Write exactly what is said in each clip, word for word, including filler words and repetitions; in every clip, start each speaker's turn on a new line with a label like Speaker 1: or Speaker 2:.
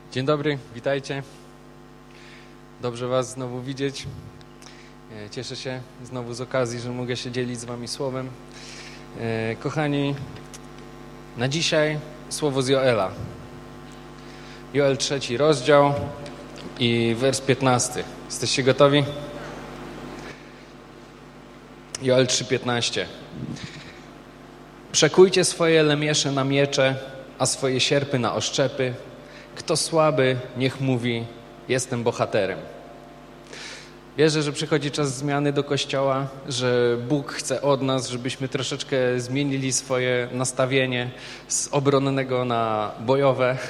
Speaker 1: Dzień dobry, witajcie. Dobrze was znowu widzieć. Cieszę się znowu z okazji, że mogę się dzielić z wami słowem. Kochani, na dzisiaj słowo z Joela. Joel trzeci rozdział i wers piętnasty. Jesteście gotowi? Joel trzy piętnaście. Przekujcie swoje lemiesze na miecze, a swoje sierpy na oszczepy. Kto słaby, niech mówi, jestem bohaterem. Wierzę, że przychodzi czas zmiany do Kościoła, że Bóg chce od nas, żebyśmy troszeczkę zmienili swoje nastawienie z obronnego na bojowe.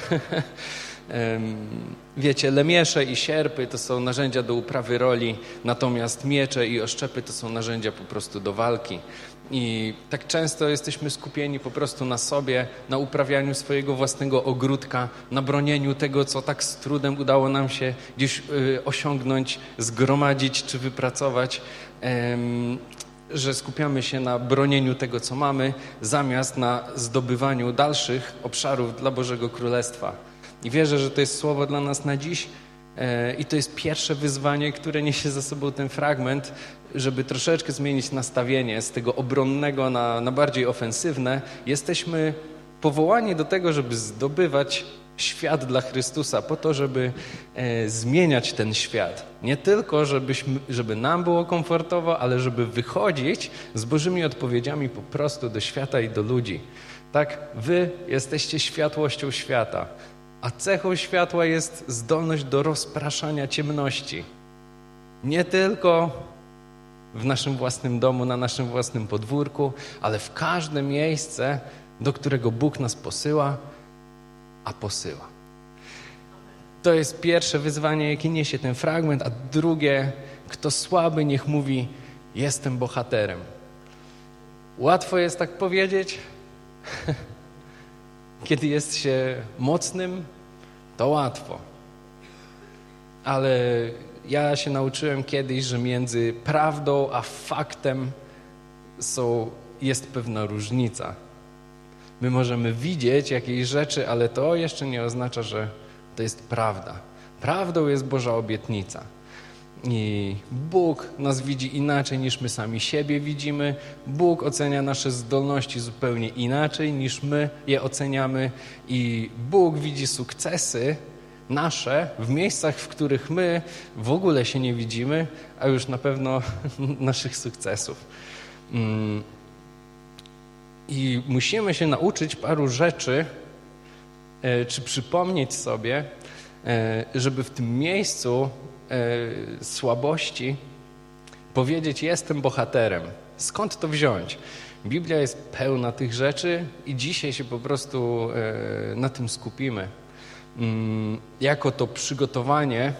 Speaker 1: Wiecie, lemiesze i sierpy to są narzędzia do uprawy roli, natomiast miecze i oszczepy to są narzędzia po prostu do walki. I tak często jesteśmy skupieni po prostu na sobie, na uprawianiu swojego własnego ogródka, na bronieniu tego, co tak z trudem udało nam się gdzieś y, osiągnąć, zgromadzić czy wypracować, ym, że skupiamy się na bronieniu tego, co mamy, zamiast na zdobywaniu dalszych obszarów dla Bożego Królestwa. I wierzę, że to jest słowo dla nas na dziś yy, i to jest pierwsze wyzwanie, które niesie za sobą ten fragment, żeby troszeczkę zmienić nastawienie z tego obronnego na, na bardziej ofensywne. Jesteśmy powołani do tego, żeby zdobywać świat dla Chrystusa, po to, żeby e, zmieniać ten świat. Nie tylko, żebyśmy, żeby nam było komfortowo, ale żeby wychodzić z Bożymi odpowiedziami po prostu do świata i do ludzi. Tak, wy jesteście światłością świata, a cechą światła jest zdolność do rozpraszania ciemności. Nie tylko w naszym własnym domu, na naszym własnym podwórku, ale w każde miejsce, do którego Bóg nas posyła, a posyła. To jest pierwsze wyzwanie, jakie niesie ten fragment, a drugie, kto słaby, niech mówi, jestem bohaterem. Łatwo jest tak powiedzieć, kiedy jest się mocnym, to łatwo. Ale ja się nauczyłem kiedyś, że między prawdą a faktem są, jest pewna różnica. My możemy widzieć jakieś rzeczy, ale to jeszcze nie oznacza, że to jest prawda. Prawdą jest Boża obietnica. I Bóg nas widzi inaczej niż my sami siebie widzimy. Bóg ocenia nasze zdolności zupełnie inaczej niż my je oceniamy. I Bóg widzi sukcesy nasze w miejscach, w których my w ogóle się nie widzimy, a już na pewno naszych sukcesów. I musimy się nauczyć paru rzeczy, czy przypomnieć sobie, żeby w tym miejscu słabości powiedzieć, jestem bohaterem. Skąd to wziąć? Biblia jest pełna tych rzeczy i dzisiaj się po prostu na tym skupimy. Jako to przygotowanie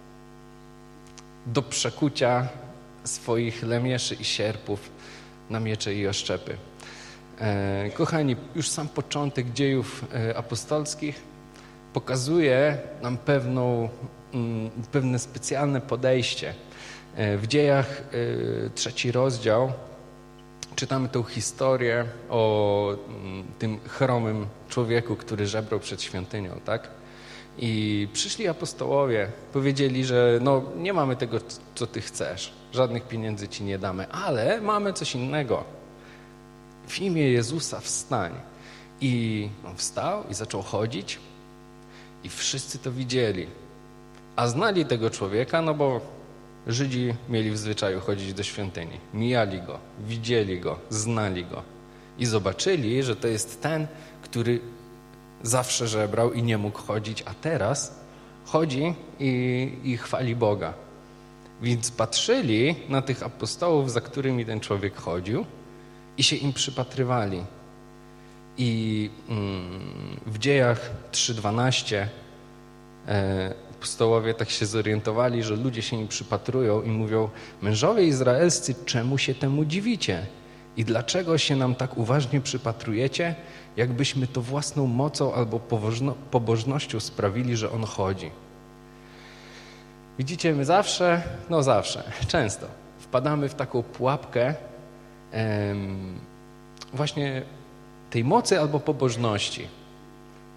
Speaker 1: do przekucia swoich lemieszy i sierpów na miecze i oszczepy. Kochani, już sam początek dziejów apostolskich pokazuje nam pewną, pewne specjalne podejście. W dziejach trzeci rozdział czytamy tą historię o tym chromym człowieku, który żebrał przed świątynią, tak? I przyszli apostołowie, powiedzieli, że no nie mamy tego, co ty chcesz, żadnych pieniędzy ci nie damy, ale mamy coś innego. W imię Jezusa wstań. I on wstał i zaczął chodzić i wszyscy to widzieli. A znali tego człowieka, no bo Żydzi mieli w zwyczaju chodzić do świątyni. Mijali go, widzieli go, znali go. I zobaczyli, że to jest ten, który zawsze żebrał i nie mógł chodzić, a teraz chodzi i, i chwali Boga. Więc patrzyli na tych apostołów, za którymi ten człowiek chodził i się im przypatrywali. I mm, w dziejach trzy dwanaście e, apostołowie tak się zorientowali, że ludzie się im przypatrują i mówią, mężowie izraelscy, czemu się temu dziwicie? I dlaczego się nam tak uważnie przypatrujecie, jakbyśmy to własną mocą albo pobożno, pobożnością sprawili, że on chodzi? Widzicie, my zawsze, no zawsze, często wpadamy w taką pułapkę em, właśnie tej mocy albo pobożności.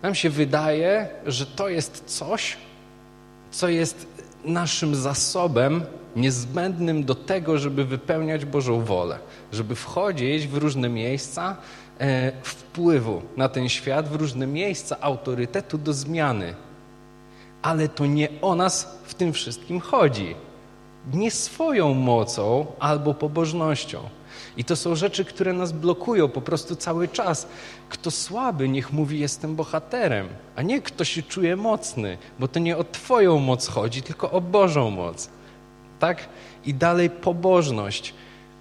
Speaker 1: Nam się wydaje, że to jest coś, co jest naszym zasobem niezbędnym do tego, żeby wypełniać Bożą wolę, żeby wchodzić w różne miejsca e, wpływu na ten świat, w różne miejsca autorytetu do zmiany. Ale to nie o nas w tym wszystkim chodzi. Nie swoją mocą albo pobożnością. I to są rzeczy, które nas blokują po prostu cały czas. Kto słaby, niech mówi, jestem bohaterem, a nie kto się czuje mocny, bo to nie o twoją moc chodzi, tylko o Bożą moc. Tak? I dalej pobożność.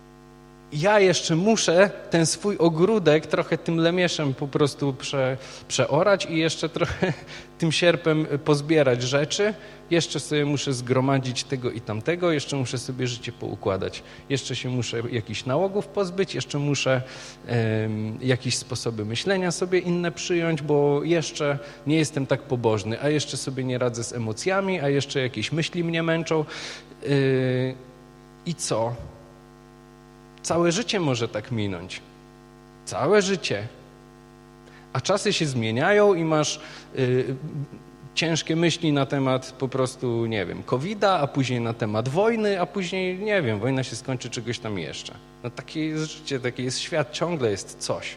Speaker 1: Ja jeszcze muszę ten swój ogródek trochę tym lemieszem po prostu prze, przeorać i jeszcze trochę tym sierpem pozbierać rzeczy. Jeszcze sobie muszę zgromadzić tego i tamtego, jeszcze muszę sobie życie poukładać. Jeszcze się muszę jakichś nałogów pozbyć, jeszcze muszę um, jakieś sposoby myślenia sobie inne przyjąć, bo jeszcze nie jestem tak pobożny, a jeszcze sobie nie radzę z emocjami, a jeszcze jakieś myśli mnie męczą. Yy, I co? Całe życie może tak minąć. Całe życie. A czasy się zmieniają i masz y, ciężkie myśli na temat po prostu, nie wiem, kowida, a później na temat wojny, a później, nie wiem, wojna się skończy czegoś tam jeszcze. No takie jest życie, taki jest świat, ciągle jest coś.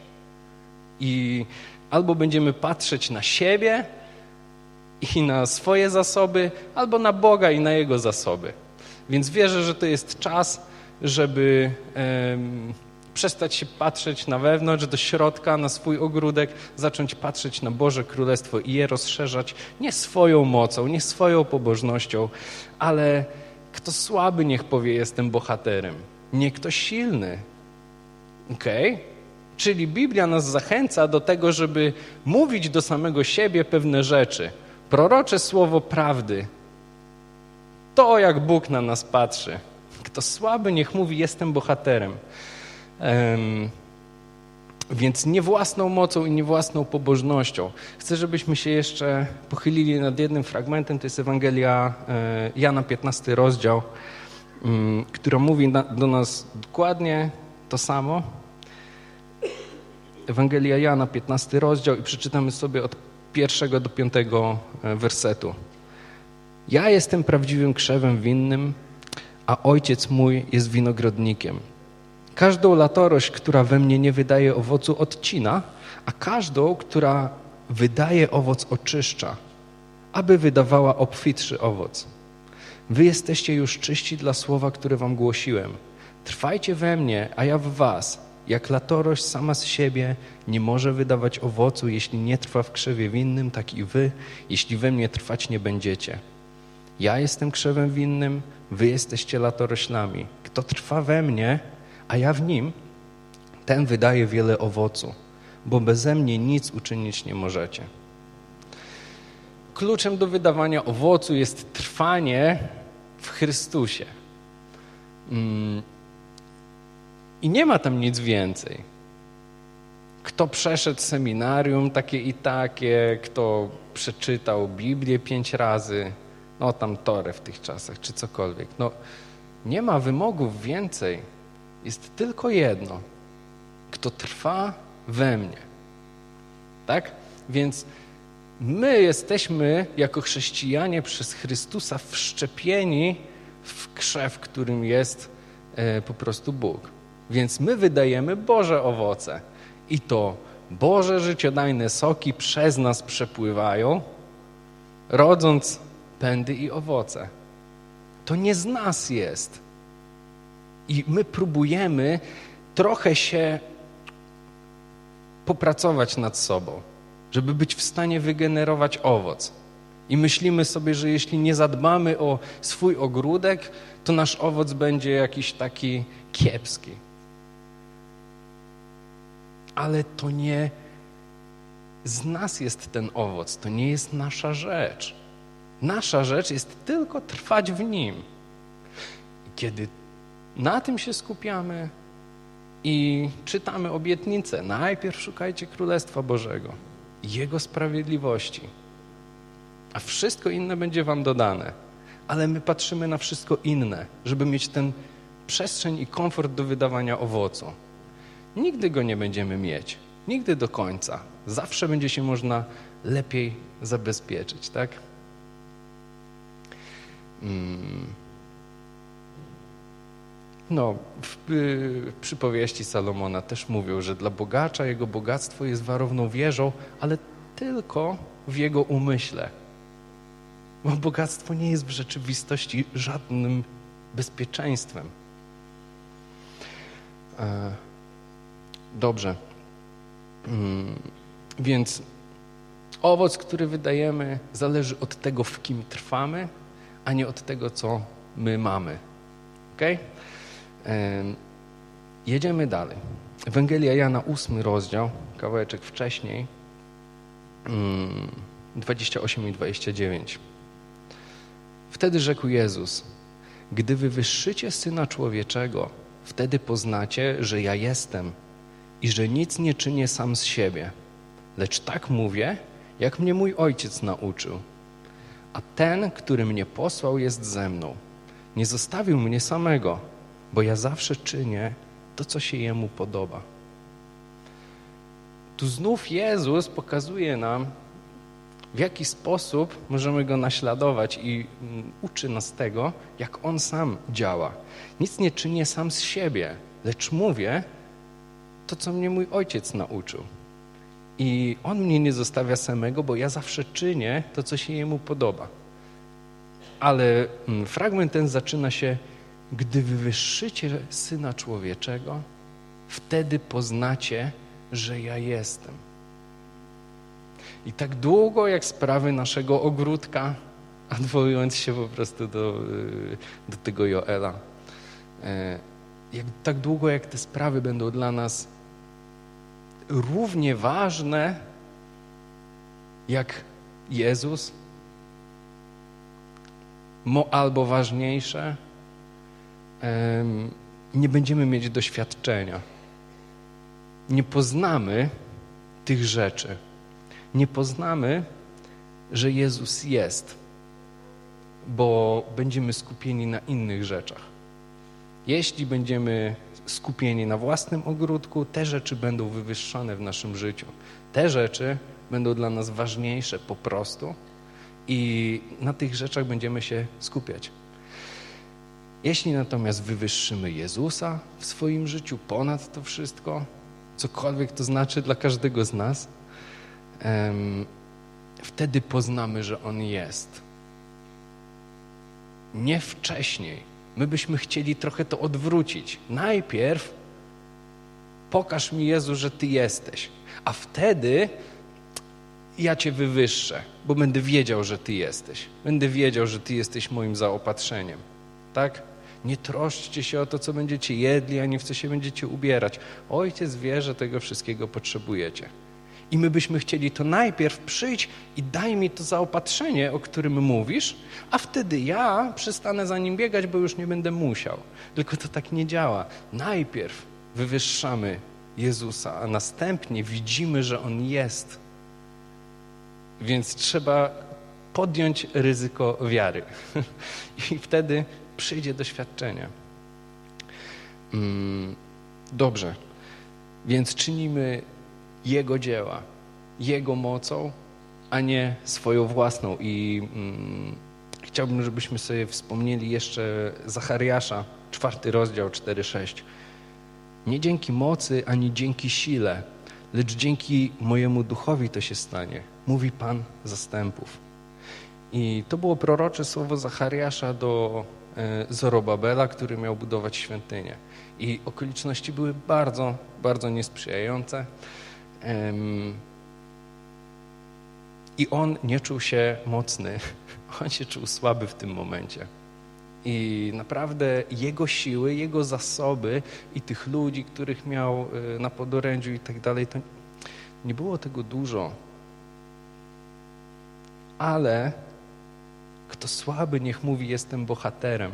Speaker 1: I albo będziemy patrzeć na siebie i na swoje zasoby, albo na Boga i na Jego zasoby. Więc wierzę, że to jest czas, żeby um, przestać się patrzeć na wewnątrz, do środka, na swój ogródek, zacząć patrzeć na Boże Królestwo i je rozszerzać nie swoją mocą, nie swoją pobożnością, ale kto słaby, niech powie, jestem bohaterem. Nie kto silny. Okej? Okay? Czyli Biblia nas zachęca do tego, żeby mówić do samego siebie pewne rzeczy. Prorocze słowo prawdy. To, jak Bóg na nas patrzy. Kto słaby, niech mówi, jestem bohaterem. Um, więc nie własną mocą i nie własną pobożnością. Chcę, żebyśmy się jeszcze pochylili nad jednym fragmentem, to jest Ewangelia e, Jana, piętnasty rozdział, um, która mówi na, do nas dokładnie to samo. Ewangelia Jana, piętnasty rozdział i przeczytamy sobie od pierwszego do piątego wersetu. Ja jestem prawdziwym krzewem winnym, a Ojciec mój jest winogrodnikiem. Każdą latorość, która we mnie nie wydaje owocu, odcina, a każdą, która wydaje owoc, oczyszcza, aby wydawała obfitszy owoc. Wy jesteście już czyści dla słowa, które wam głosiłem. Trwajcie we mnie, a ja w was. Jak latorość sama z siebie nie może wydawać owocu, jeśli nie trwa w krzewie winnym, tak i wy, jeśli we mnie trwać nie będziecie. Ja jestem krzewem winnym, wy jesteście latoroślami. Kto trwa we mnie, a ja w nim, ten wydaje wiele owocu, bo beze mnie nic uczynić nie możecie. Kluczem do wydawania owocu jest trwanie w Chrystusie. I nie ma tam nic więcej. Kto przeszedł seminarium takie i takie, kto przeczytał Biblię pięć razy, no tam Torę w tych czasach, czy cokolwiek. No, nie ma wymogów więcej. Jest tylko jedno. Kto trwa we mnie. Tak? Więc my jesteśmy jako chrześcijanie przez Chrystusa wszczepieni w krzew, którym jest e, po prostu Bóg. Więc my wydajemy Boże owoce. I to Boże życiodajne soki przez nas przepływają, rodząc pędy i owoce. To nie z nas jest. I my próbujemy trochę się popracować nad sobą, żeby być w stanie wygenerować owoc. I myślimy sobie, że jeśli nie zadbamy o swój ogródek, to nasz owoc będzie jakiś taki kiepski. Ale to nie z nas jest ten owoc, to nie jest nasza rzecz. Nasza rzecz jest tylko trwać w Nim. I kiedy na tym się skupiamy i czytamy obietnicę, najpierw szukajcie Królestwa Bożego i Jego sprawiedliwości, a wszystko inne będzie wam dodane. Ale my patrzymy na wszystko inne, żeby mieć ten przestrzeń i komfort do wydawania owocu. Nigdy go nie będziemy mieć. Nigdy do końca. Zawsze będzie się można lepiej zabezpieczyć, tak? Hmm. No, w, w przypowieści Salomona też mówią, że dla bogacza jego bogactwo jest warowną wieżą, ale tylko w jego umyśle. Bo bogactwo nie jest w rzeczywistości żadnym bezpieczeństwem. E, dobrze. Hmm. Więc owoc, który wydajemy, zależy od tego, w kim trwamy, a nie od tego, co my mamy. Okej? E, jedziemy dalej. Ewangelia Jana, ósmy rozdział, kawałeczek wcześniej, hmm, dwadzieścia osiem i dwadzieścia dziewięć. Wtedy rzekł Jezus: gdy wywyższycie Syna Człowieczego, wtedy poznacie, że ja jestem i że nic nie czynię sam z siebie, lecz tak mówię, jak mnie mój Ojciec nauczył. A ten, który mnie posłał, jest ze mną. Nie zostawił mnie samego, bo ja zawsze czynię to, co się Jemu podoba. Tu znów Jezus pokazuje nam, w jaki sposób możemy Go naśladować i uczy nas tego, jak On sam działa. Nic nie czynię sam z siebie, lecz mówię to, co mnie mój Ojciec nauczył. I On mnie nie zostawia samego, bo ja zawsze czynię to, co się Jemu podoba. Ale fragment ten zaczyna się: gdy wywyższycie Syna Człowieczego, wtedy poznacie, że ja jestem. I tak długo jak sprawy naszego ogródka, odwołując się po prostu do, do tego Joela, jak, tak długo jak te sprawy będą dla nas równie ważne jak Jezus, albo ważniejsze, nie będziemy mieć doświadczenia. Nie poznamy tych rzeczy. Nie poznamy, że Jezus jest, bo będziemy skupieni na innych rzeczach. Jeśli będziemy skupieni na własnym ogródku, te rzeczy będą wywyższone w naszym życiu. Te rzeczy będą dla nas ważniejsze po prostu i na tych rzeczach będziemy się skupiać. Jeśli natomiast wywyższymy Jezusa w swoim życiu ponad to wszystko, cokolwiek to znaczy dla każdego z nas, um, wtedy poznamy, że On jest. Nie wcześniej. My byśmy chcieli trochę to odwrócić. Najpierw pokaż mi, Jezu, że Ty jesteś, a wtedy ja Cię wywyższę, bo będę wiedział, że Ty jesteś. Będę wiedział, że Ty jesteś moim zaopatrzeniem. Tak? Nie troszczcie się o to, co będziecie jedli, ani w co się będziecie ubierać. Ojciec wie, że tego wszystkiego potrzebujecie. I my byśmy chcieli to najpierw przyjść i daj mi to zaopatrzenie, o którym mówisz, a wtedy ja przestanę za nim biegać, bo już nie będę musiał. Tylko to tak nie działa. Najpierw wywyższamy Jezusa, a następnie widzimy, że On jest. Więc trzeba podjąć ryzyko wiary. I wtedy przyjdzie doświadczenie. Dobrze. Więc czynimy Jego dzieła, Jego mocą, a nie swoją własną. I mm, chciałbym, żebyśmy sobie wspomnieli jeszcze Zachariasza, czwarty rozdział, cztery sześć. Nie dzięki mocy, ani dzięki sile, lecz dzięki mojemu duchowi to się stanie, mówi Pan zastępów. I to było prorocze słowo Zachariasza do e, Zorobabela, który miał budować świątynię. I okoliczności były bardzo, bardzo niesprzyjające. I on nie czuł się mocny, on się czuł słaby w tym momencie. I naprawdę jego siły, jego zasoby i tych ludzi, których miał na podorędziu i tak dalej, to nie było tego dużo. Ale kto słaby, niech mówi, jestem bohaterem.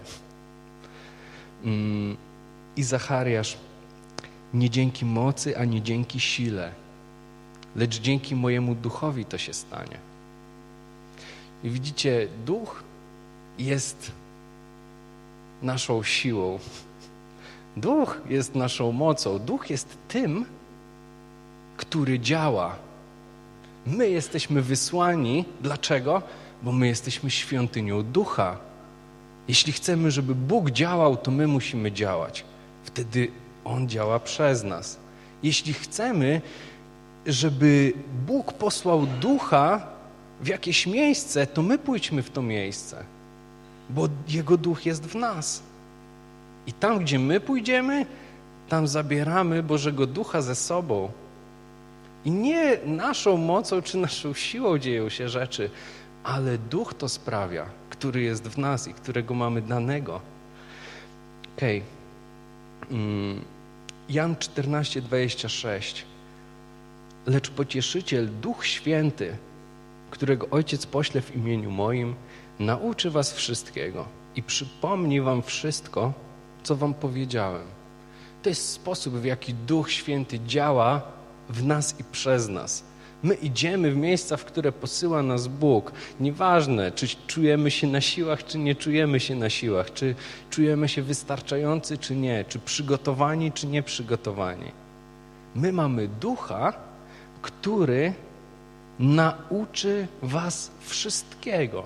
Speaker 1: I Zachariasz, nie dzięki mocy, ani dzięki sile, lecz dzięki mojemu duchowi to się stanie. I widzicie, duch jest naszą siłą. Duch jest naszą mocą. Duch jest tym, który działa. My jesteśmy wysłani. Dlaczego? Bo my jesteśmy świątynią Ducha. Jeśli chcemy, żeby Bóg działał, to my musimy działać. Wtedy On działa przez nas. Jeśli chcemy, żeby Bóg posłał Ducha w jakieś miejsce, to my pójdźmy w to miejsce, bo Jego Duch jest w nas. I tam, gdzie my pójdziemy, tam zabieramy Bożego Ducha ze sobą. I nie naszą mocą czy naszą siłą dzieją się rzeczy, ale Duch to sprawia, który jest w nas i którego mamy danego. Okej. Okay. Jan czternaście, dwadzieścia sześć. Lecz Pocieszyciel, Duch Święty, którego Ojciec pośle w imieniu moim, nauczy was wszystkiego i przypomni wam wszystko, co wam powiedziałem. To jest sposób, w jaki Duch Święty działa w nas i przez nas. My idziemy w miejsca, w które posyła nas Bóg. Nieważne, czy czujemy się na siłach, czy nie czujemy się na siłach, czy czujemy się wystarczający, czy nie, czy przygotowani, czy nieprzygotowani. My mamy Ducha, który nauczy was wszystkiego.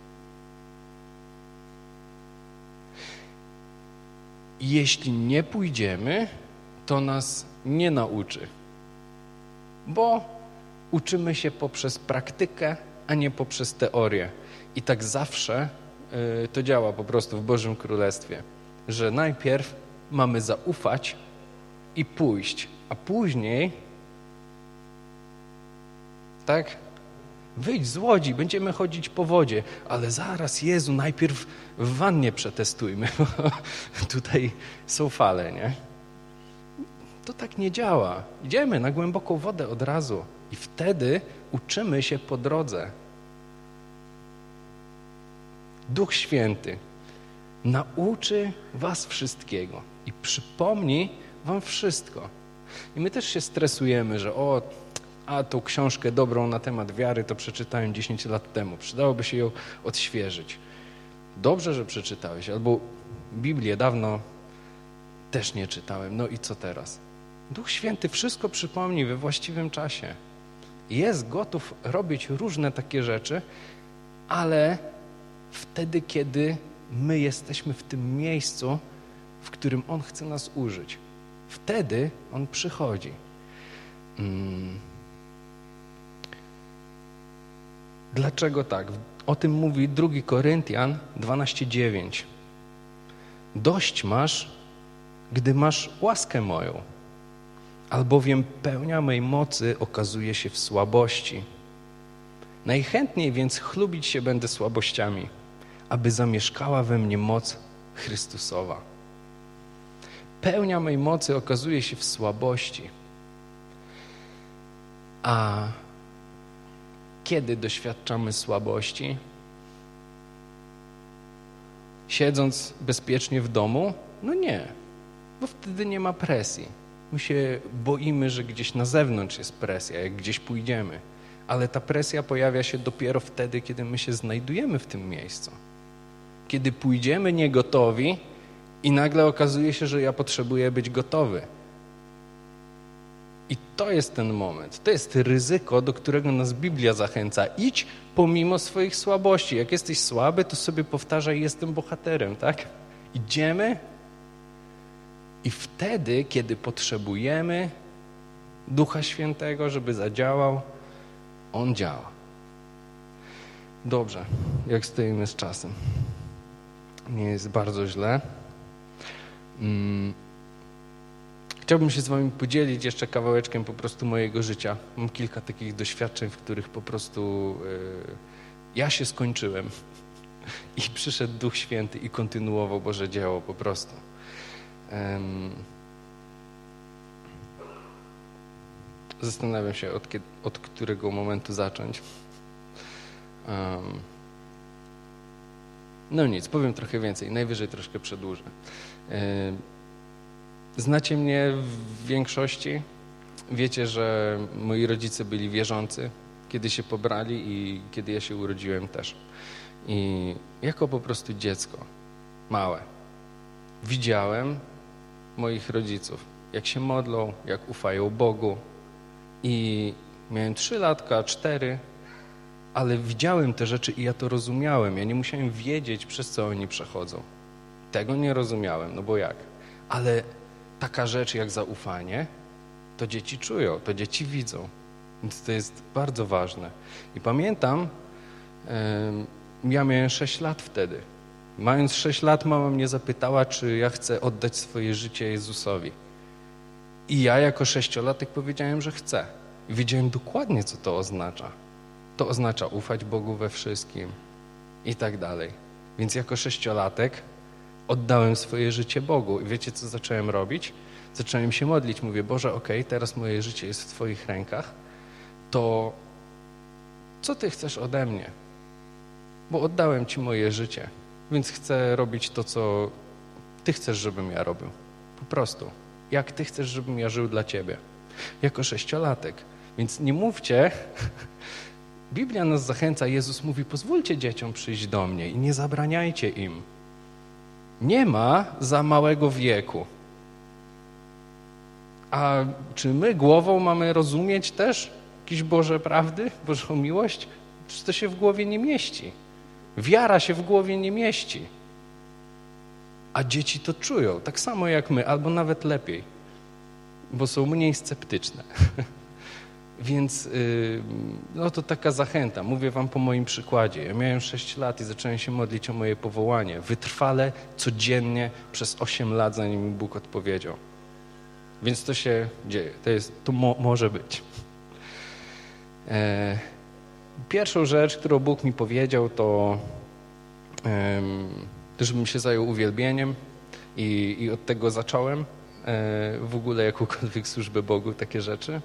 Speaker 1: Jeśli nie pójdziemy, to nas nie nauczy, bo uczymy się poprzez praktykę, a nie poprzez teorię. I tak zawsze y, to działa po prostu w Bożym Królestwie, że najpierw mamy zaufać i pójść, a później, tak, wyjdź z łodzi, będziemy chodzić po wodzie, ale zaraz, Jezu, najpierw w wannie przetestujmy, bo tutaj są fale, nie? To tak nie działa. Idziemy na głęboką wodę od razu i wtedy uczymy się po drodze. Duch Święty nauczy was wszystkiego i przypomni wam wszystko. I my też się stresujemy, że o, a tą książkę dobrą na temat wiary to przeczytałem dziesięć lat temu. Przydałoby się ją odświeżyć. Dobrze, że przeczytałeś, albo Biblię dawno też nie czytałem. No i co teraz? Duch Święty wszystko przypomni we właściwym czasie. Jest gotów robić różne takie rzeczy, ale wtedy, kiedy my jesteśmy w tym miejscu, w którym On chce nas użyć. Wtedy On przychodzi. Hmm. Dlaczego tak? O tym mówi drugi Koryntian dwanaście dziewięć. Dość masz, gdy masz łaskę moją, albowiem pełnia mej mocy okazuje się w słabości. Najchętniej więc chlubić się będę słabościami, aby zamieszkała we mnie moc Chrystusowa. Pełnia mej mocy okazuje się w słabości. A kiedy doświadczamy słabości? Siedząc bezpiecznie w domu? No nie, bo wtedy nie ma presji. My się boimy, że gdzieś na zewnątrz jest presja, jak gdzieś pójdziemy. Ale ta presja pojawia się dopiero wtedy, kiedy my się znajdujemy w tym miejscu. Kiedy pójdziemy niegotowi i nagle okazuje się, że ja potrzebuję być gotowy. I to jest ten moment, to jest ryzyko, do którego nas Biblia zachęca. Idź pomimo swoich słabości. Jak jesteś słaby, to sobie powtarzaj, jestem bohaterem, tak? Idziemy i wtedy, kiedy potrzebujemy Ducha Świętego, żeby zadziałał, On działa. Dobrze, jak stoimy z czasem? Nie jest bardzo źle. Hmm. Chciałbym się z wami podzielić jeszcze kawałeczkiem po prostu mojego życia. Mam kilka takich doświadczeń, w których po prostu yy, ja się skończyłem i przyszedł Duch Święty i kontynuował Boże dzieło po prostu. Um, zastanawiam się, od, kiedy, od którego momentu zacząć. Um, no nic, powiem trochę więcej, najwyżej troszkę przedłużę. Yy, Znacie mnie w większości. Wiecie, że moi rodzice byli wierzący, kiedy się pobrali i kiedy ja się urodziłem też. I jako po prostu dziecko, małe, widziałem moich rodziców, jak się modlą, jak ufają Bogu. I Miałem trzy latka, cztery, ale widziałem te rzeczy i ja to rozumiałem. Ja nie musiałem wiedzieć, przez co oni przechodzą. Tego nie rozumiałem, no bo jak? Ale taka rzecz jak zaufanie, to dzieci czują, to dzieci widzą. Więc to jest bardzo ważne. I pamiętam, ja miałem sześć lat wtedy. Mając sześć lat, mama mnie zapytała, czy ja chcę oddać swoje życie Jezusowi. I ja jako sześciolatek powiedziałem, że chcę. I wiedziałem dokładnie, co to oznacza. To oznacza ufać Bogu we wszystkim i tak dalej. Więc jako sześciolatek oddałem swoje życie Bogu. I wiecie, co zacząłem robić? Zacząłem się modlić. Mówię, Boże, okej, okay, teraz moje życie jest w Twoich rękach. To co Ty chcesz ode mnie? Bo oddałem Ci moje życie, więc chcę robić to, co Ty chcesz, żebym ja robił. Po prostu. Jak Ty chcesz, żebym ja żył dla Ciebie. Jako sześciolatek. Więc nie mówcie, Biblia nas zachęca, Jezus mówi, pozwólcie dzieciom przyjść do mnie i nie zabraniajcie im. Nie ma za małego wieku. A czy my głową mamy rozumieć też jakieś Boże prawdy, Bożą miłość? Czy to się w głowie nie mieści? Wiara się w głowie nie mieści. A dzieci to czują, tak samo jak my, albo nawet lepiej, bo są mniej sceptyczne. Więc no to taka zachęta. Mówię wam po moim przykładzie. Ja miałem sześć lat i zacząłem się modlić o moje powołanie. Wytrwale, codziennie, przez osiem lat, zanim mi Bóg odpowiedział. Więc to się dzieje. To, jest, to mo, może być. E, pierwszą rzecz, którą Bóg mi powiedział, to e, żebym się zajął uwielbieniem i, i od tego zacząłem. E, w ogóle jakąkolwiek służbę Bogu, takie rzeczy.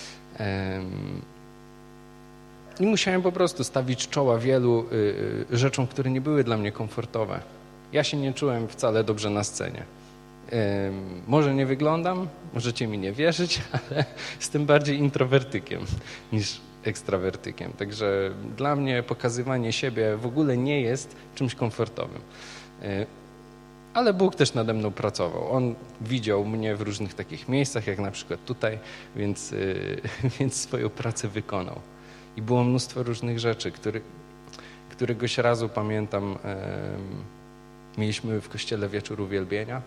Speaker 1: I musiałem po prostu stawić czoła wielu rzeczom, które nie były dla mnie komfortowe. Ja się nie czułem wcale dobrze na scenie. Może nie wyglądam, możecie mi nie wierzyć, ale jestem bardziej introwertykiem niż ekstrawertykiem. Także dla mnie pokazywanie siebie w ogóle nie jest czymś komfortowym. Ale Bóg też nade mną pracował. On widział mnie w różnych takich miejscach, jak na przykład tutaj, więc, yy, więc swoją pracę wykonał. I było mnóstwo różnych rzeczy, który, któregoś razu pamiętam, yy, mieliśmy w kościele wieczór uwielbienia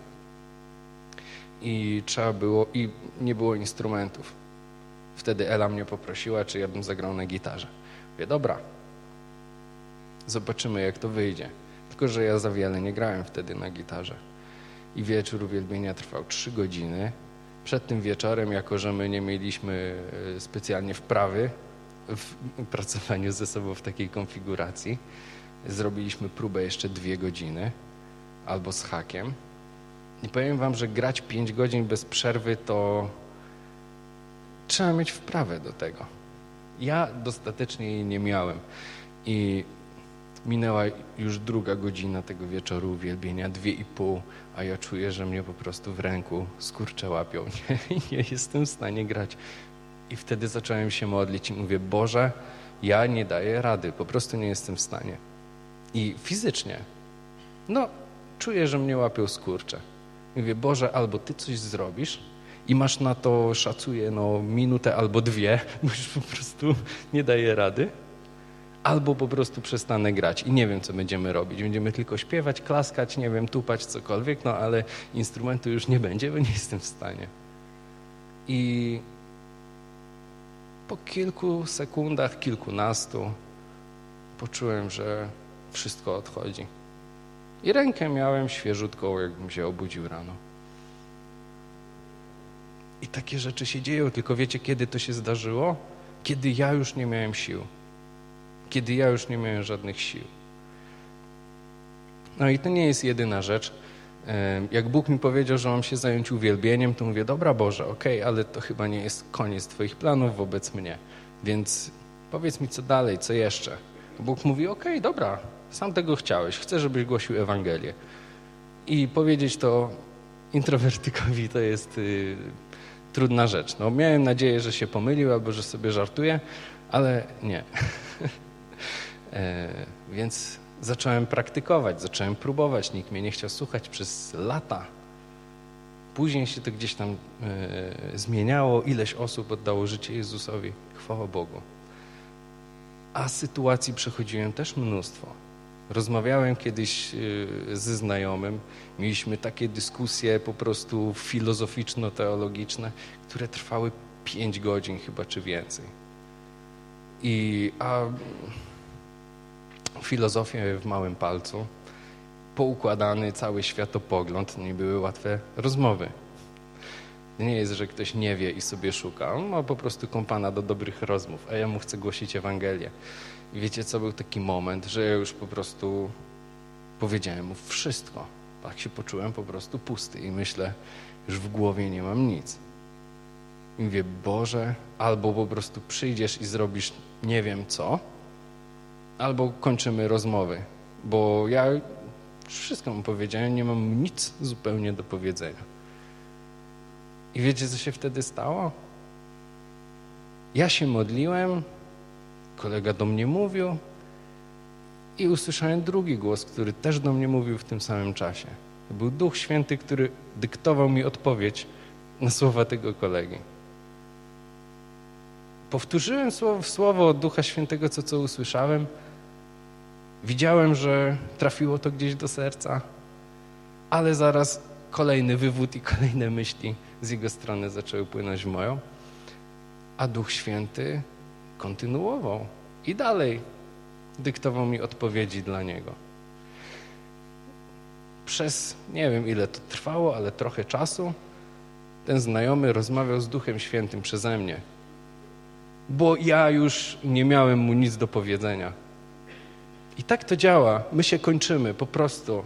Speaker 1: i trzeba było, i nie było instrumentów. Wtedy Ela mnie poprosiła, czy ja bym zagrał na gitarze. Mówię, dobra, zobaczymy, jak to wyjdzie. Tylko że ja za wiele nie grałem wtedy na gitarze. I wieczór uwielbienia trwał trzy godziny. Przed tym wieczorem, jako że my nie mieliśmy specjalnie wprawy w pracowaniu ze sobą w takiej konfiguracji, zrobiliśmy próbę jeszcze dwie godziny albo z hakiem. I powiem wam, że grać pięć godzin bez przerwy to trzeba mieć wprawę do tego. Ja dostatecznie jej nie miałem. I minęła już druga godzina tego wieczoru uwielbienia, dwie i pół, a ja czuję, że mnie po prostu w ręku skurcze łapią. Nie, nie jestem w stanie grać. I wtedy zacząłem się modlić i mówię, Boże, ja nie daję rady, po prostu nie jestem w stanie. I fizycznie, no, czuję, że mnie łapią skurcze. Mówię, Boże, albo Ty coś zrobisz i masz na to, szacuję, no, minutę albo dwie, bo już po prostu nie daję rady. Albo po prostu przestanę grać i nie wiem, co będziemy robić. Będziemy tylko śpiewać, klaskać, nie wiem, tupać, cokolwiek, no ale instrumentu już nie będzie, bo nie jestem w stanie. I po kilku sekundach, kilkunastu poczułem, że wszystko odchodzi. I rękę miałem świeżutką, jakbym się obudził rano. I takie rzeczy się dzieją, tylko wiecie, kiedy to się zdarzyło? Kiedy ja już nie miałem sił. Kiedy ja już nie miałem żadnych sił. No i to nie jest jedyna rzecz. Jak Bóg mi powiedział, że mam się zająć uwielbieniem, to mówię, dobra Boże, okej, okay, ale to chyba nie jest koniec Twoich planów wobec mnie. Więc powiedz mi, co dalej, co jeszcze. Bóg mówi, okej, okay, dobra, sam tego chciałeś, chcę, żebyś głosił Ewangelię. I powiedzieć to introwertykowi to jest y, trudna rzecz. No, miałem nadzieję, że się pomylił albo że sobie żartuje, ale nie. e, więc zacząłem praktykować, zacząłem próbować. Nikt mnie nie chciał słuchać przez lata. Później się to gdzieś tam e, zmieniało, ileś osób oddało życie Jezusowi, chwała Bogu. A sytuacji przechodziłem też mnóstwo. Rozmawiałem kiedyś e, ze znajomym, mieliśmy takie dyskusje po prostu filozoficzno-teologiczne, które trwały pięć godzin chyba, czy więcej. I, a filozofię w małym palcu, poukładany cały światopogląd, nie były łatwe rozmowy. Nie jest, że ktoś nie wie i sobie szuka. On ma po prostu kompana do dobrych rozmów, a ja mu chcę głosić Ewangelię. I wiecie co, był taki moment, że ja już po prostu powiedziałem mu wszystko. Tak się poczułem po prostu pusty i myślę, już w głowie nie mam nic. I mówię, Boże, albo po prostu przyjdziesz i zrobisz nie wiem co, albo kończymy rozmowy, bo ja wszystko mu powiedziałem, nie mam nic zupełnie do powiedzenia. I wiecie, co się wtedy stało? Ja się modliłem, kolega do mnie mówił i usłyszałem drugi głos, który też do mnie mówił w tym samym czasie. To był Duch Święty, który dyktował mi odpowiedź na słowa tego kolegi. Powtórzyłem słowo, słowo od Ducha Świętego, co, co usłyszałem. Widziałem, że trafiło to gdzieś do serca, ale zaraz kolejny wywód i kolejne myśli z jego strony zaczęły płynąć w moją, a Duch Święty kontynuował i dalej dyktował mi odpowiedzi dla niego. Przez, nie wiem ile to trwało, ale trochę czasu, ten znajomy rozmawiał z Duchem Świętym przeze mnie, bo ja już nie miałem mu nic do powiedzenia. I tak to działa. My się kończymy po prostu.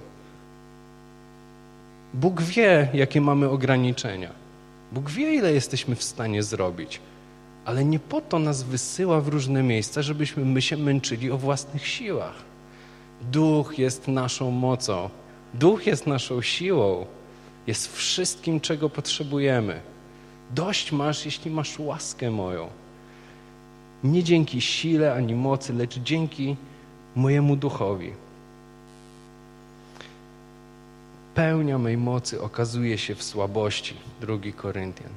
Speaker 1: Bóg wie, jakie mamy ograniczenia. Bóg wie, ile jesteśmy w stanie zrobić. Ale nie po to nas wysyła w różne miejsca, żebyśmy my się męczyli o własnych siłach. Duch jest naszą mocą. Duch jest naszą siłą. Jest wszystkim, czego potrzebujemy. Dość masz, jeśli masz łaskę moją. Nie dzięki sile ani mocy, lecz dzięki mojemu duchowi. Pełnia mej mocy okazuje się w słabości. Drugi Koryntian.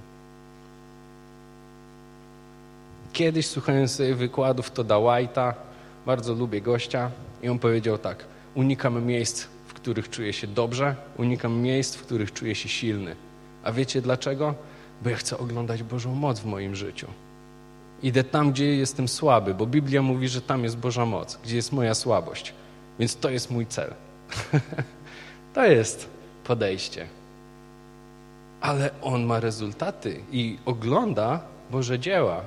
Speaker 1: Kiedyś słuchałem sobie wykładów Todda White'a, bardzo lubię gościa, i on powiedział tak: unikam miejsc, w których czuję się dobrze, unikam miejsc, w których czuję się silny. A wiecie dlaczego? Bo ja chcę oglądać Bożą moc w moim życiu. Idę tam, gdzie jestem słaby, bo Biblia mówi, że tam jest Boża moc, gdzie jest moja słabość. Więc to jest mój cel. To jest podejście. Ale on ma rezultaty i ogląda Boże dzieła.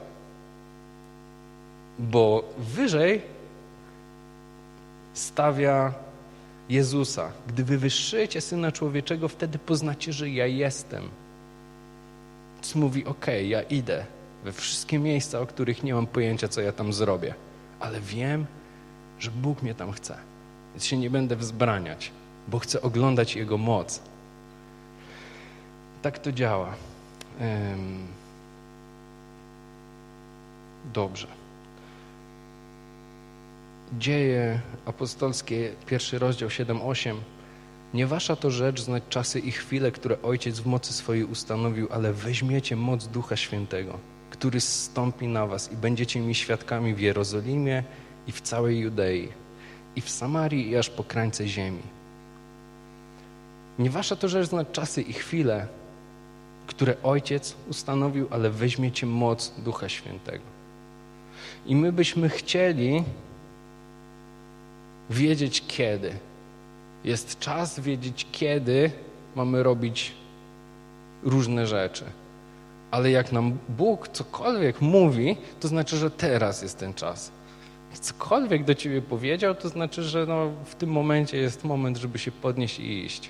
Speaker 1: Bo wyżej stawia Jezusa. Gdy wywyższycie Syna Człowieczego, wtedy poznacie, że ja jestem. Więc mówi, okej, okay, ja idę we wszystkie miejsca, o których nie mam pojęcia, co ja tam zrobię. Ale wiem, że Bóg mnie tam chce. Więc się nie będę wzbraniać, bo chcę oglądać Jego moc. Tak to działa. Um, dobrze. Dzieje apostolskie, pierwszy rozdział siedem osiem. Nie wasza to rzecz znać czasy i chwile, które Ojciec w mocy swojej ustanowił, ale weźmiecie moc Ducha Świętego, który zstąpi na was i będziecie mi świadkami w Jerozolimie i w całej Judei, i w Samarii, i aż po krańce ziemi. Nie wasza to rzecz znać czasy i chwile, które Ojciec ustanowił, ale weźmiecie moc Ducha Świętego. I my byśmy chcieli wiedzieć kiedy. Jest czas wiedzieć kiedy mamy robić różne rzeczy. Ale jak nam Bóg cokolwiek mówi, to znaczy, że teraz jest ten czas. Jak cokolwiek do ciebie powiedział, to znaczy, że no, w tym momencie jest moment, żeby się podnieść i iść.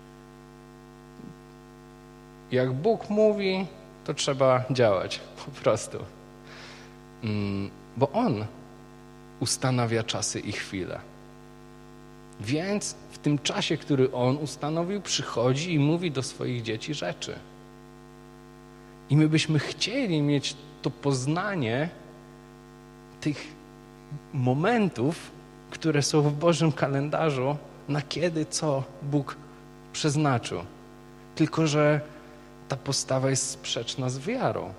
Speaker 1: Jak Bóg mówi, to trzeba działać po prostu. Mm, bo On ustanawia czasy i chwile. Więc w tym czasie, który On ustanowił, przychodzi i mówi do swoich dzieci rzeczy. I my byśmy chcieli mieć to poznanie tych momentów, które są w Bożym kalendarzu, na kiedy co Bóg przeznaczył. Tylko że ta postawa jest sprzeczna z wiarą.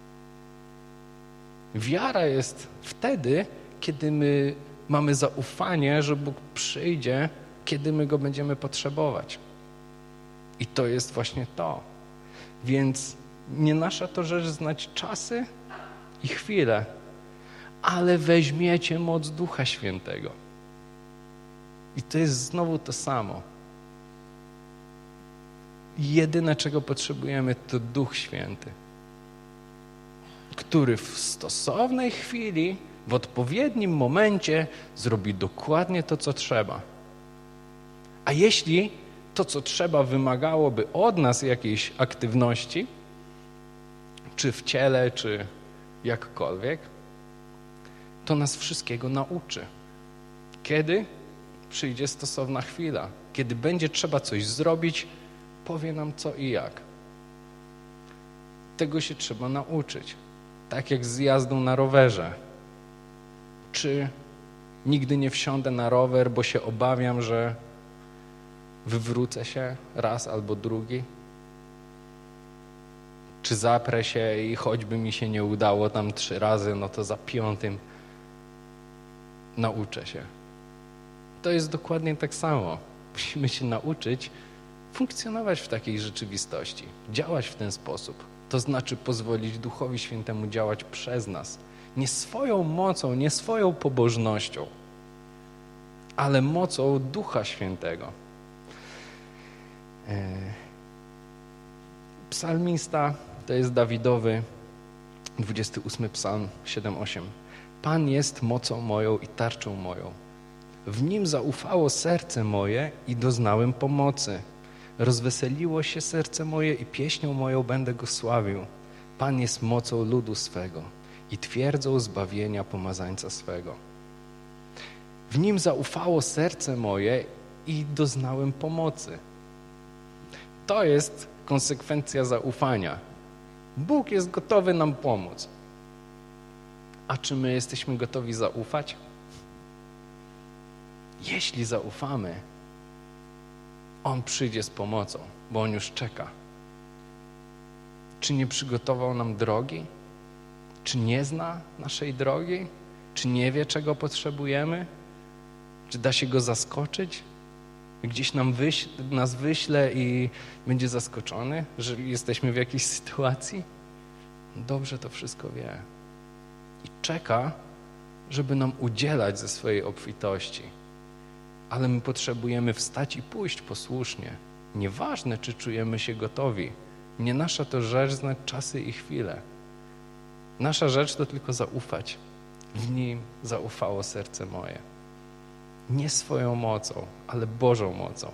Speaker 1: Wiara jest wtedy, kiedy my mamy zaufanie, że Bóg przyjdzie, kiedy my Go będziemy potrzebować. I to jest właśnie to. Więc nie nasza to rzecz znać czasy i chwile, ale weźmiecie moc Ducha Świętego. I to jest znowu to samo. Jedyne, czego potrzebujemy, to Duch Święty, który w stosownej chwili, w odpowiednim momencie zrobi dokładnie to, co trzeba. A jeśli to, co trzeba, wymagałoby od nas jakiejś aktywności, czy w ciele, czy jakkolwiek, to nas wszystkiego nauczy. Kiedy przyjdzie stosowna chwila, kiedy będzie trzeba coś zrobić, powie nam co i jak. Tego się trzeba nauczyć. Tak jak z jazdą na rowerze. Czy nigdy nie wsiądę na rower, bo się obawiam, że wywrócę się raz albo drugi? Czy zaprę się i choćby mi się nie udało tam trzy razy, no to za piątym nauczę się. To jest dokładnie tak samo. Musimy się nauczyć funkcjonować w takiej rzeczywistości, działać w ten sposób. To znaczy pozwolić Duchowi Świętemu działać przez nas. Nie swoją mocą, nie swoją pobożnością, ale mocą Ducha Świętego. Psalmista to jest Dawidowy, dwudziesty ósmy psalm, siedem osiem. Pan jest mocą moją i tarczą moją. W Nim zaufało serce moje i doznałem pomocy. Rozweseliło się serce moje i pieśnią moją będę Go sławił. Pan jest mocą ludu swego i twierdzą zbawienia pomazańca swego. W Nim zaufało serce moje i doznałem pomocy. To jest konsekwencja zaufania. Bóg jest gotowy nam pomóc. A czy my jesteśmy gotowi zaufać? Jeśli zaufamy, On przyjdzie z pomocą, bo On już czeka. Czy nie przygotował nam drogi? Czy nie zna naszej drogi? Czy nie wie, czego potrzebujemy? Czy da się Go zaskoczyć? Gdzieś nam wyś, nas wyśle i będzie zaskoczony, że jesteśmy w jakiejś sytuacji? Dobrze to wszystko wie. I czeka, żeby nam udzielać ze swojej obfitości. Ale my potrzebujemy wstać i pójść posłusznie. Nieważne, czy czujemy się gotowi. Nie nasza to rzecz znać czasy i chwile. Nasza rzecz to tylko zaufać. W Nim zaufało serce moje. Nie swoją mocą, ale Bożą mocą.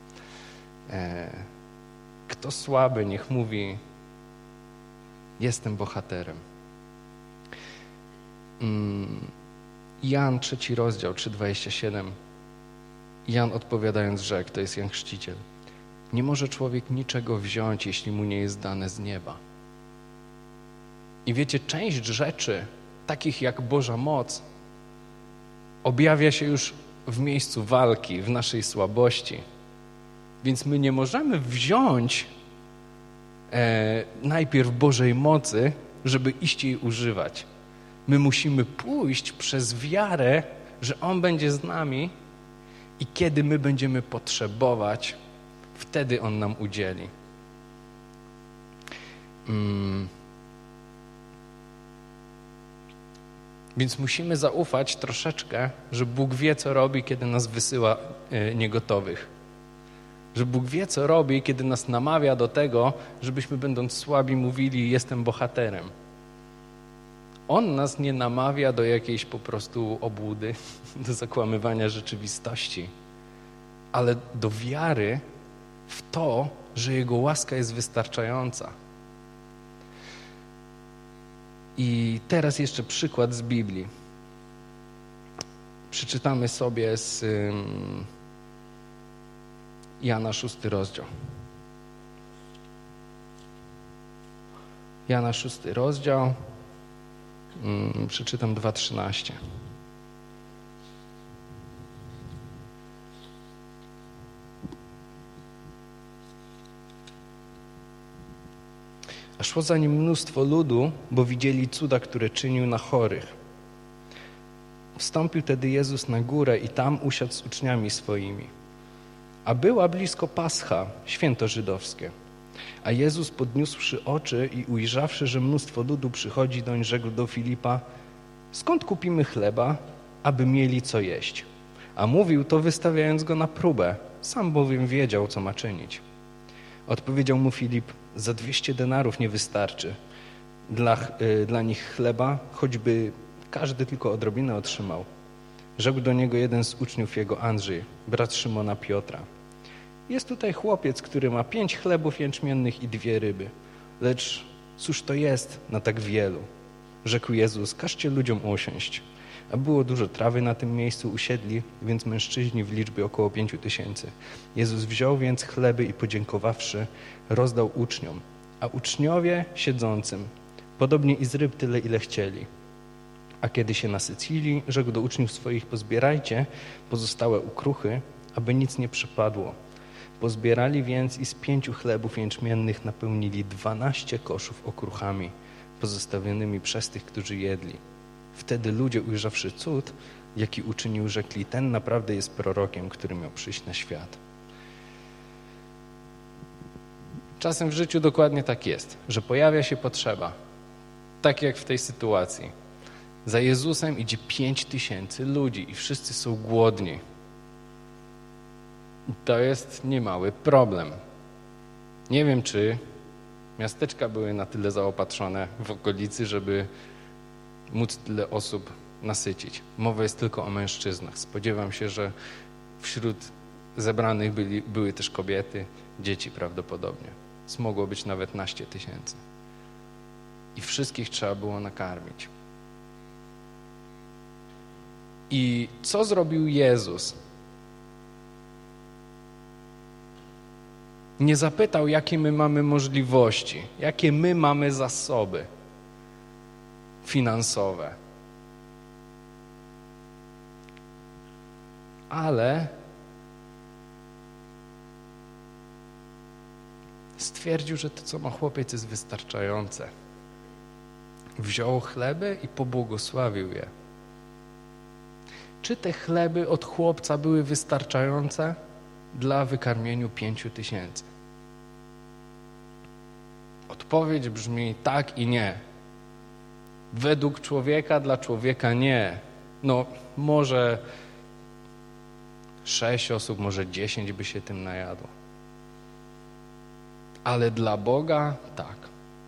Speaker 1: Kto słaby, niech mówi: jestem bohaterem. Jan trzeci rozdział, trzy dwadzieścia siedem. Jan odpowiadając rzekł, to jest Jan Chrzciciel: nie może człowiek niczego wziąć, jeśli mu nie jest dane z nieba. I wiecie, część rzeczy, takich jak Boża moc, objawia się już w miejscu walki, w naszej słabości. Więc my nie możemy wziąć e, najpierw Bożej mocy, żeby iść jej używać. My musimy pójść przez wiarę, że On będzie z nami i kiedy my będziemy potrzebować, wtedy On nam udzieli. Hmm. Więc musimy zaufać troszeczkę, że Bóg wie, co robi, kiedy nas wysyła e, niegotowych. Że Bóg wie, co robi, kiedy nas namawia do tego, żebyśmy będąc słabi mówili: jestem bohaterem. On nas nie namawia do jakiejś po prostu obłudy, do zakłamywania rzeczywistości, ale do wiary w to, że Jego łaska jest wystarczająca. I teraz jeszcze przykład z Biblii. Przeczytamy sobie z um, Jana szósty rozdział. Jana szósty rozdział. Um, przeczytam dwa trzynaście. A szło za nim mnóstwo ludu, bo widzieli cuda, które czynił na chorych. Wstąpił tedy Jezus na górę i tam usiadł z uczniami swoimi. A była blisko Pascha, święto żydowskie. A Jezus, podniósłszy oczy i ujrzawszy, że mnóstwo ludu przychodzi doń, rzekł do Filipa: skąd kupimy chleba, aby mieli co jeść? A mówił to, wystawiając go na próbę, sam bowiem wiedział, co ma czynić. Odpowiedział mu Filip: za dwieście denarów nie wystarczy dla, y, dla nich chleba, choćby każdy tylko odrobinę otrzymał. Rzekł do niego jeden z uczniów jego, Andrzej, brat Szymona Piotra: jest tutaj chłopiec, który ma pięć chlebów jęczmiennych i dwie ryby. Lecz cóż to jest na tak wielu? Rzekł Jezus: każcie ludziom usiąść. A było dużo trawy na tym miejscu, usiedli, więc mężczyźni w liczbie około pięciu tysięcy. Jezus wziął więc chleby i podziękowawszy, rozdał uczniom, a uczniowie siedzącym, podobnie i z ryb tyle, ile chcieli. A kiedy się nasycili, rzekł do uczniów swoich: pozbierajcie pozostałe ukruchy, aby nic nie przypadło. Pozbierali więc i z pięciu chlebów jęczmiennych napełnili dwanaście koszów okruchami, pozostawionymi przez tych, którzy jedli. Wtedy ludzie, ujrzawszy cud, jaki uczynił, rzekli: ten naprawdę jest prorokiem, który miał przyjść na świat. Czasem w życiu dokładnie tak jest, że pojawia się potrzeba, tak jak w tej sytuacji. Za Jezusem idzie pięć tysięcy ludzi i wszyscy są głodni. To jest niemały problem. Nie wiem, czy miasteczka były na tyle zaopatrzone w okolicy, żeby móc tyle osób nasycić. Mowa jest tylko o mężczyznach. Spodziewam się, że wśród zebranych byli, były też kobiety, dzieci prawdopodobnie. Mogło być nawet naście tysięcy. I wszystkich trzeba było nakarmić. I co zrobił Jezus? Nie zapytał, jakie my mamy możliwości, jakie my mamy zasoby finansowe. Ale stwierdził, że to, co ma chłopiec, jest wystarczające. Wziął chleby i pobłogosławił je. Czy te chleby od chłopca były wystarczające dla wykarmieniu pięciu tysięcy? Odpowiedź brzmi tak i nie. Według człowieka, dla człowieka nie. No może sześć osób, może dziesięć by się tym najadło. Ale dla Boga tak.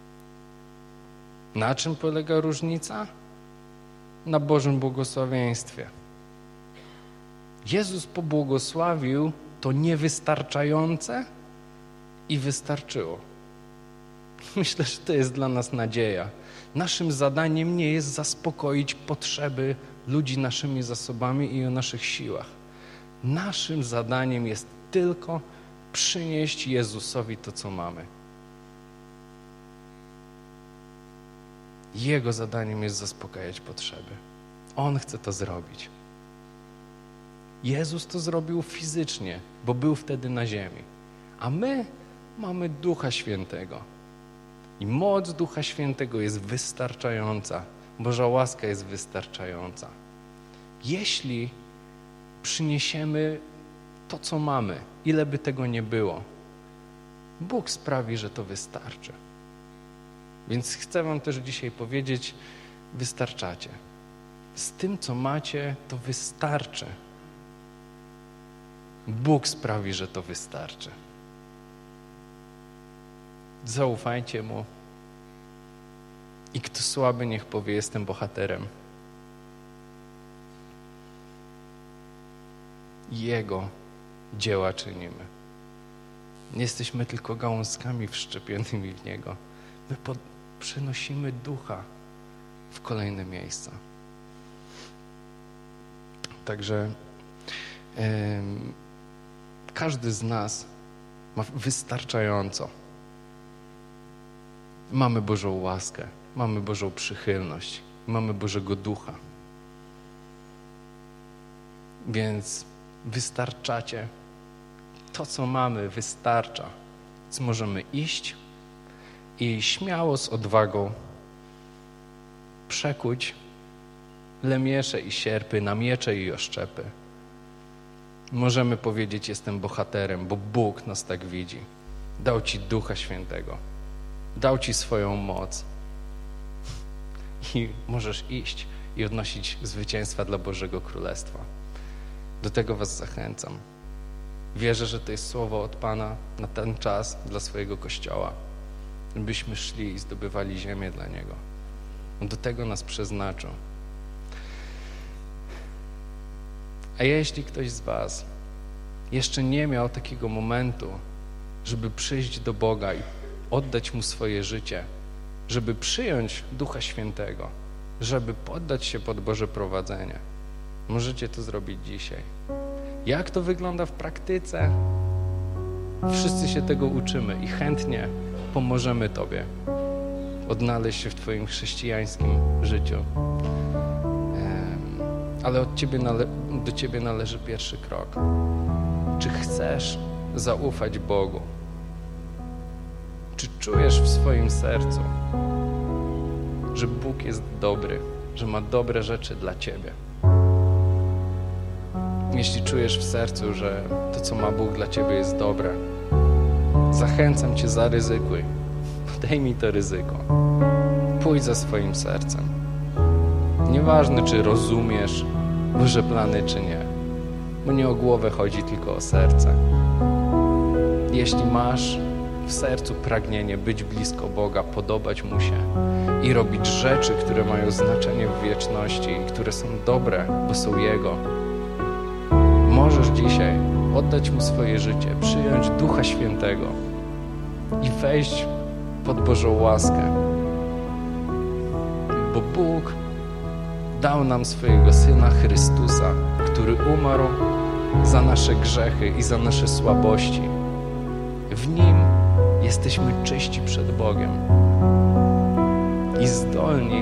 Speaker 1: Na czym polega różnica? Na Bożym błogosławieństwie. Jezus pobłogosławił to niewystarczające i wystarczyło. Myślę, że to jest dla nas nadzieja. Naszym zadaniem nie jest zaspokoić potrzeby ludzi naszymi zasobami i o naszych siłach. Naszym zadaniem jest tylko przynieść Jezusowi to, co mamy. Jego zadaniem jest zaspokajać potrzeby. On chce to zrobić. Jezus to zrobił fizycznie, bo był wtedy na ziemi. A my mamy Ducha Świętego. I moc Ducha Świętego jest wystarczająca. Boża łaska jest wystarczająca. Jeśli przyniesiemy to, co mamy, ile by tego nie było, Bóg sprawi, że to wystarczy. Więc chcę wam też dzisiaj powiedzieć, wystarczacie. Z tym, co macie, to wystarczy. Bóg sprawi, że to wystarczy. Zaufajcie Mu. I kto słaby, niech powie: jestem bohaterem. Jego dzieła czynimy. Nie jesteśmy tylko gałązkami wszczepionymi w Niego. My pod, przynosimy Ducha w kolejne miejsca. Także e, każdy z nas ma wystarczająco. Mamy Bożą łaskę, mamy Bożą przychylność, mamy Bożego Ducha. Więc wystarczacie. To, co mamy, wystarcza. Więc możemy iść i śmiało z odwagą przekuć lemiesze i sierpy na miecze i oszczepy. Możemy powiedzieć, jestem bohaterem, bo Bóg nas tak widzi. Dał Ci Ducha Świętego. Dał Ci swoją moc. I możesz iść i odnosić zwycięstwa dla Bożego Królestwa. Do tego was zachęcam. Wierzę, że to jest słowo od Pana na ten czas dla swojego Kościoła. Byśmy szli i zdobywali ziemię dla Niego. On do tego nas przeznaczył. A jeśli ktoś z was jeszcze nie miał takiego momentu, żeby przyjść do Boga i oddać Mu swoje życie, żeby przyjąć Ducha Świętego, żeby poddać się pod Boże prowadzenie, możecie to zrobić dzisiaj. Jak to wygląda w praktyce? Wszyscy się tego uczymy i chętnie pomożemy Tobie odnaleźć się w Twoim chrześcijańskim życiu. Ale od ciebie nale- do Ciebie należy pierwszy krok. Czy chcesz zaufać Bogu? Czy czujesz w swoim sercu, że Bóg jest dobry, że ma dobre rzeczy dla Ciebie? Jeśli czujesz w sercu, że to, co ma Bóg dla Ciebie, jest dobre, zachęcam Cię, zaryzykuj. Podejmij to ryzyko. Pójdź za swoim sercem. Nieważne, czy rozumiesz Boże plany, czy nie. Bo nie o głowę chodzi, tylko o serce. Jeśli masz w sercu pragnienie być blisko Boga, podobać Mu się i robić rzeczy, które mają znaczenie w wieczności i które są dobre, bo są Jego, możesz dzisiaj oddać Mu swoje życie, przyjąć Ducha Świętego i wejść pod Bożą łaskę. Bo Bóg dał nam swojego Syna Chrystusa, który umarł za nasze grzechy i za nasze słabości. W Nim jesteśmy czyści przed Bogiem i zdolni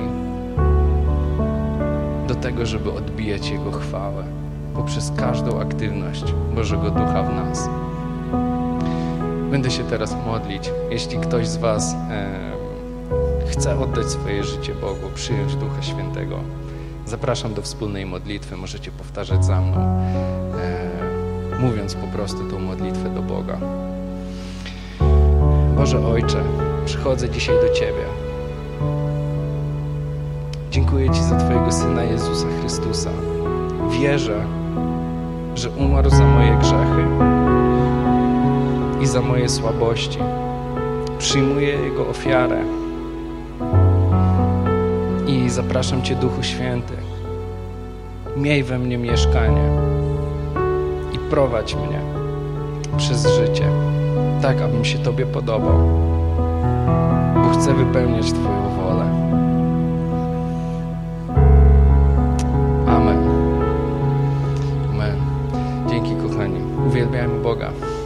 Speaker 1: do tego, żeby odbijać Jego chwałę poprzez każdą aktywność Bożego Ducha w nas. Będę się teraz modlić. Jeśli ktoś z was e, chce oddać swoje życie Bogu, przyjąć Ducha Świętego, zapraszam do wspólnej modlitwy. Możecie powtarzać za mną, e, mówiąc po prostu tą modlitwę do Boga. Boże Ojcze, przychodzę dzisiaj do Ciebie. Dziękuję Ci za Twojego Syna Jezusa Chrystusa. Wierzę, że umarł za moje grzechy i za moje słabości. Przyjmuję Jego ofiarę i zapraszam Cię, Duchu Święty. Miej we mnie mieszkanie i prowadź mnie przez życie, tak abym się Tobie podobał, bo chcę wypełniać Twoją wolę. Amen. Amen. Dzięki, kochani. Uwielbiajmy Boga.